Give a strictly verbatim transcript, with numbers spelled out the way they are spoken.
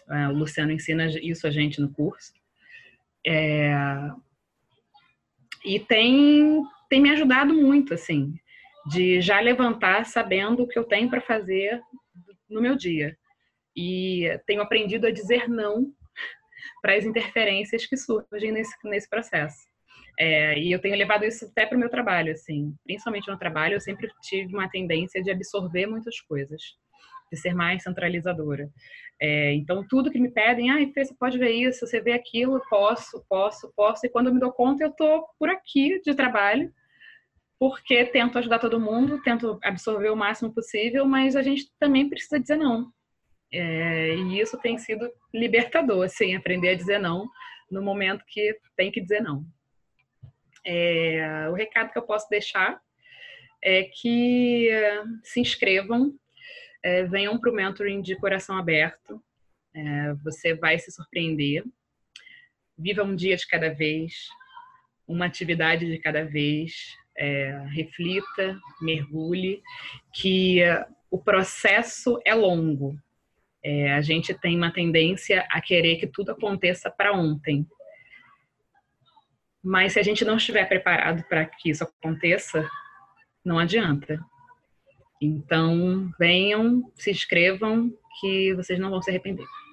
O Luciano ensina isso a gente no curso. É, e tem, tem me ajudado muito, assim, de já levantar sabendo o que eu tenho para fazer no meu dia. E tenho aprendido a dizer não para as interferências que surgem nesse, nesse processo. É, e eu tenho levado isso até para o meu trabalho, assim, principalmente no trabalho, eu sempre tive uma tendência de absorver muitas coisas, de ser mais centralizadora. É, então, tudo que me pedem, ah, Fê, você pode ver isso, você vê aquilo, posso, posso, posso, e quando eu me dou conta, eu estou por aqui de trabalho, porque tento ajudar todo mundo, tento absorver o máximo possível, mas a gente também precisa dizer não. É, e isso tem sido libertador, assim, aprender a dizer não no momento que tem que dizer não. É, o recado que eu posso deixar é que se inscrevam, é, venham para o mentoring de coração aberto, é, você vai se surpreender. Viva um dia de cada vez, uma atividade de cada vez, é, reflita, mergulhe, que o processo é longo. É, a gente tem uma tendência a querer que tudo aconteça para ontem. Mas se a gente não estiver preparado para que isso aconteça, não adianta. Então, venham, se inscrevam, que vocês não vão se arrepender.